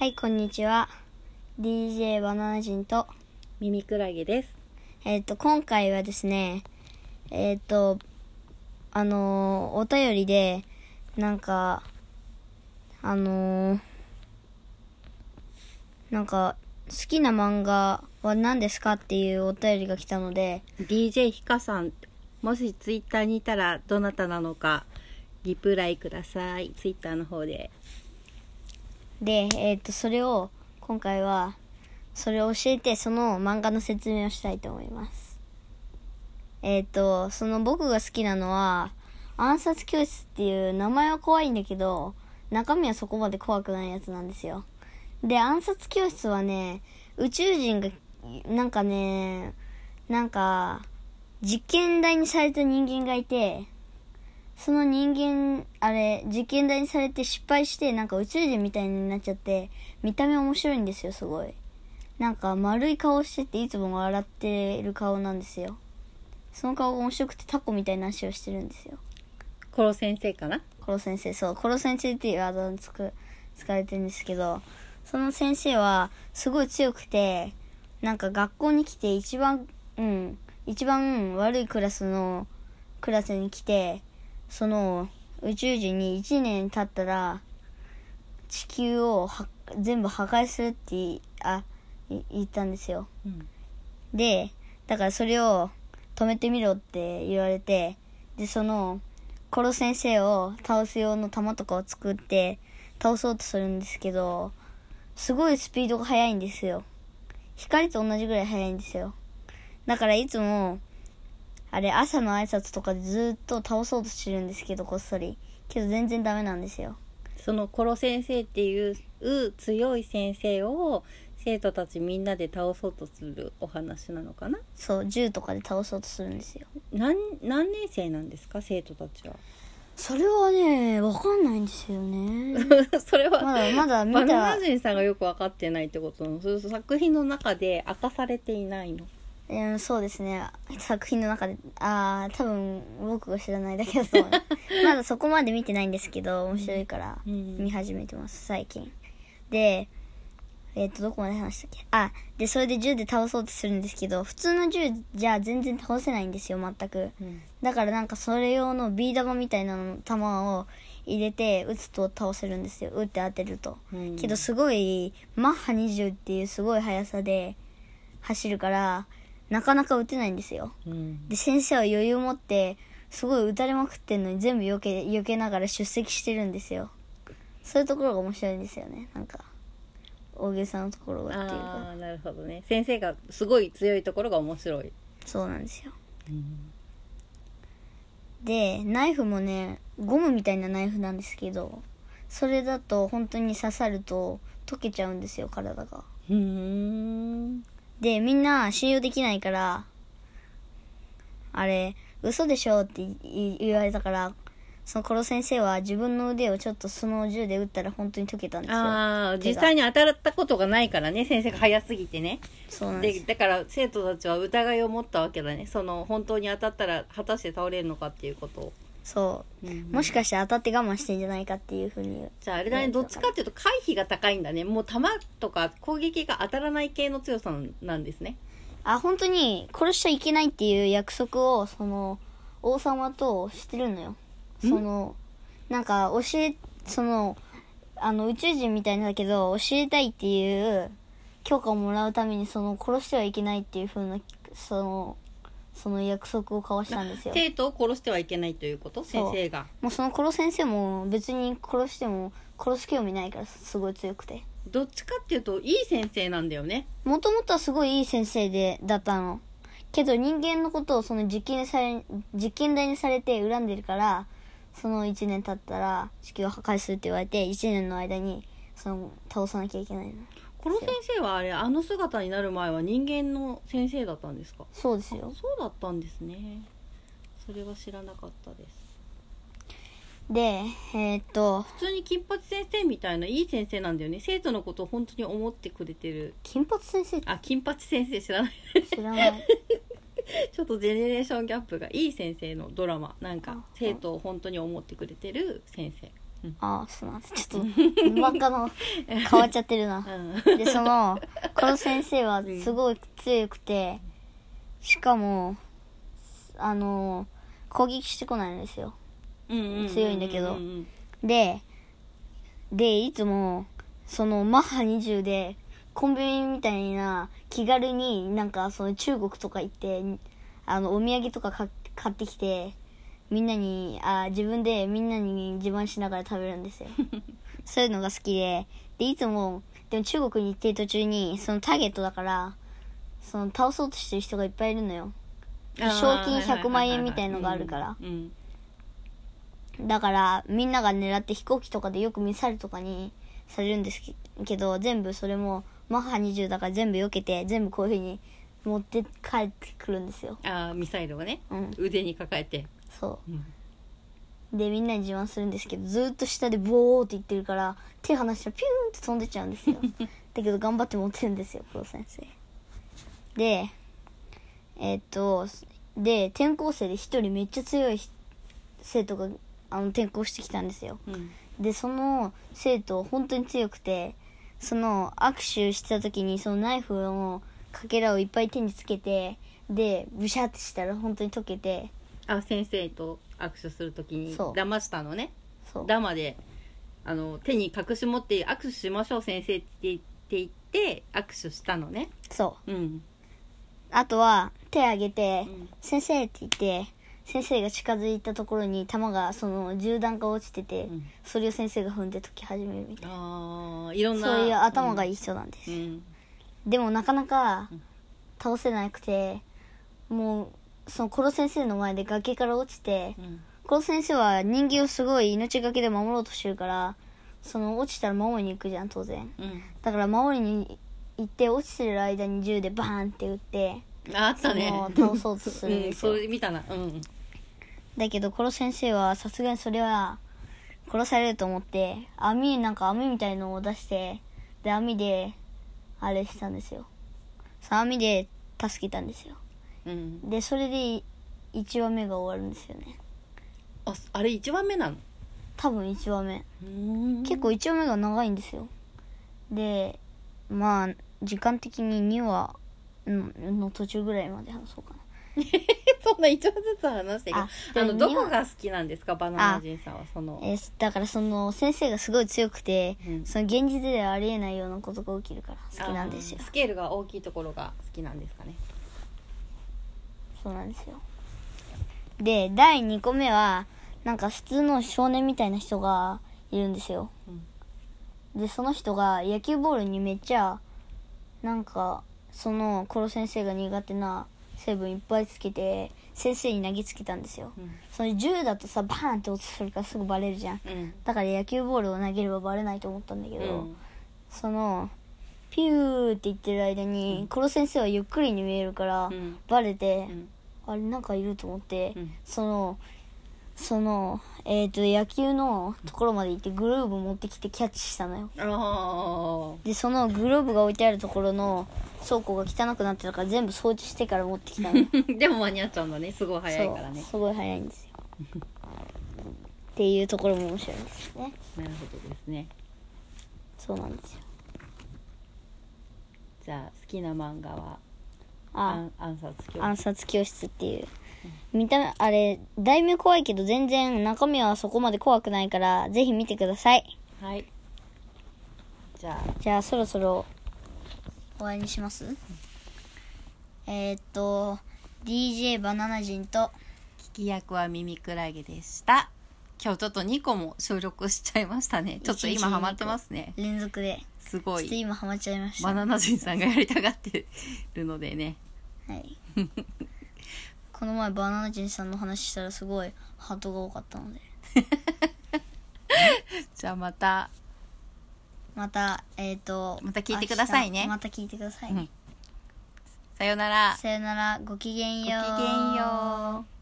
はい、こんにちは。DJ バナナ人と耳クラゲです。 今回はですね、お便りで、好きな漫画は何ですかっていうお便りが来たので、 DJ ひかさん、もしツイッターにいたらどなたなのかリプライください。ツイッターの方で。 で、それを今回はそれを教えて、その漫画の説明をしたいと思います。その僕が好きなのは暗殺教室っていう、名前は怖いんだけど中身はそこまで怖くないやつなんですよ。で、暗殺教室はね、宇宙人が実験台にされた人間がいて、その人間実験台にされて失敗して、宇宙人みたいになっちゃって、見た目面白いんですよ。すごい丸い顔してて、いつも笑ってる顔なんですよ。その顔が面白くて、タコみたいな足をしてるんですよ。 コロ先生かな。 コロ先生、そう、コロ先生っていうあだ名使われてるんですけど、その先生はすごい強くて、学校に来て一番悪いクラスに来て、その宇宙人に1年経ったら地球を全部破壊するって言ったんですよ、で、だからそれを止めてみろって言われて、で、そのコロ先生を倒す用の弾とかを作って倒そうとするんですけど、すごいスピードが速いんですよ。光と同じぐらい速いんですよ。だからいつも朝の挨拶とかでずっと倒そうとしてるんですけど、こっそり。けど全然ダメなんですよ。 そのコロ先生っていう強い先生を生徒たちみんなで倒そうとするお話なのかな。 そう、銃とかで倒そうとするんですよ。 何年生なんですか、生徒たちは。 それはね、わかんないんですよね。 それはまだ見た。 バナナ人さんがよくわかってないってことなの？それと作品の中で明かされていないの？ そうですね。作品の中で、多分僕が知らないだけだと思う。まだそこまで見てないんですけど、面白いから見始めてます、最近。で、どこまで話したっけ？で、それで銃で倒そうとするんですけど、普通の銃じゃ全然倒せないんですよ、全く。だからそれ用のビー玉みたいな弾を入れて撃つと倒せるんですよ。撃って当てると。けどすごい、マッハ20っていうすごい速さで走るから、なかなか撃てないんですよ。で、先生は余裕を持って、すごい撃たれまくってんのに全部避けながら出席してるんですよ。そういうところが面白いんですよね。大げさなところがっていうか。 なるほどね。先生がすごい強いところが面白い。 そうなんですよ。で、ナイフもね、ゴムみたいなナイフなんですけど、それだと本当に刺さると溶けちゃうんですよ、体が。で、みんな信用できないから、嘘でしょって言われたから、そのコロ先生は自分の腕をちょっとその銃で撃ったら本当に溶けたんですよ。 実際に当たったことがないからね、先生が早すぎてね。 そうなんです。 だから生徒たちは疑いを持ったわけだね。その本当に当たったら果たして倒れるのかっていうことを。 そう、もしかして当たって我慢してんじゃないかっていうふうに。 じゃああれだね、どっちかっていうと回避が高いんだね。もう弾とか攻撃が当たらない系の強さなんですね。 本当に殺しちゃいけないっていう約束をその王様としてるのよ。宇宙人みたいなんだけど、教えたいっていう許可をもらうために、殺してはいけないっていう風なその約束を交わしたんですよ。 生徒を殺してはいけないということ？先生が。 もうそのコロ先生も別に殺しても殺す興味ないから、すごい強くて。 どっちかっていうといい先生なんだよね。 もともとはすごいいい先生だったの。けど人間のことをその実験台にされて恨んでるから、その1年経ったら地球を破壊するって言われて、1年の間に倒さなきゃいけないの。 この先生はあの姿になる前は人間の先生だったんですか？ そうですよ。 そうだったんですね。それは知らなかったです。 で、 普通に金八先生みたいないい先生なんだよね。生徒のことを本当に思ってくれてる。 金八先生？ 金八先生知らない？ 知らない。 ちょっとジェネレーションギャップが。いい先生のドラマ、生徒を本当に思ってくれてる先生。 ああ、そうなんです。ちょっとバカの変わっちゃってるな。で、この先生はすごい強くて、しかも攻撃してこないんですよ。強いんだけど。で、いつもマッハ20でコンビニみたいな気軽になんか中国とか行ってお土産とか買ってきて、みんなに自分でみんなに自慢しながら食べるんですよ。そういうのが好きで、いつもでも中国に行ってる途中にターゲットだから倒そうとしてる人がいっぱいいるのよ。賞金100万円みたいのがあるから、だからみんなが狙って飛行機とかでよくミサイルとかにされるんですけど、全部それもマッハ20だから全部避けて、全部こういう風に持って帰ってくるんですよ。 ミサイルをね、腕に抱えて。 そう、でみんなに自慢するんですけど、ずっと下でボーって言ってるから手離したらピューンって飛んでっちゃうんですよ。だけど頑張って持ってるんですよ、黒先生で。転校生で一人めっちゃ強い生徒が転校してきたんですよ、でその生徒本当に強くて、握手した時にナイフのかけらをいっぱい手につけて、でブシャってしたら本当に溶けて、 先生と握手する時にそう騙したのね。 そう騙で手に隠し持って握手しましょう先生って言って握手したのね。 そう、あとは手挙げて、先生って言って先生が近づいたところに弾が銃弾が落ちてて、それを先生が踏んで解き始めるみたいな、 いろんなそういう頭がいい人なんです、でもなかなか倒せなくて、もうコロ先生の前で崖から落ちて、コロ先生は人間をすごい命がけで守ろうとしてるから、落ちたら守りに行くじゃん当然、だから守りに行って落ちてる間に銃でバーンって撃って、 あったね、 倒そうとするんですよ、 そう見たな。 だけどコロ先生はさすがにそれは殺されると思って網みたいのを出して、で網であれしたんですよ。網で助けたんですよ、でそれで1話目が終わるんですよね。 あれ1話目なの？ 多分1話目。結構1話目が長いんですよ。でまあ時間的に2話の途中ぐらいまで話そうかな。 そんな1話ずつ話してる。どこが好きなんですか、バナナ人さんは。 だから先生がすごい強くて、現実ではありえないようなことが起きるから好きなんですよ。 スケールが大きいところが好きなんですかね。 そうなんですよ。で第2個目は普通の少年みたいな人がいるんですよ、でその人が野球ボールにめっちゃコロ先生が苦手な成分いっぱいつけて先生に投げつけたんですよ、その銃だとさバーンって音するからすぐバレるじゃん、だから野球ボールを投げればバレないと思ったんだけど、ピューって言ってる間に、コロ先生はゆっくりに見えるから、バレて、あれなんかいると思って、野球のところまで行ってグローブ持ってきてキャッチしたのよ。でそのグローブが置いてあるところの倉庫が汚くなってたから全部掃除してから持ってきたの。 でも間に合っちゃうのね、すごい早いからね。 すごい早いんですよ。っていうところも面白いですね。 なるほどですね。 そうなんですよ。 じゃあ好きな漫画は暗殺教室っていう、見た目あれ題名怖いけど全然中身はそこまで怖くないからぜひ見てください。 はい。じゃあそろそろ終わりにします。DJ バナナ人と聞き役はミミクラゲでした。今日ちょっと2個も収録しちゃいましたね。ちょっと今ハマってますね。 連続ですごい。 ちょっと今ハマっちゃいました。 バナナ人さんがやりたがってるのでね。 はい。この前バナナ人さんの話したらすごいハートが多かったので。 じゃあまた聞いてくださいね。 また聞いてくださいね。 さよなら。 さよなら。ごきげんよう。 ごきげんよう。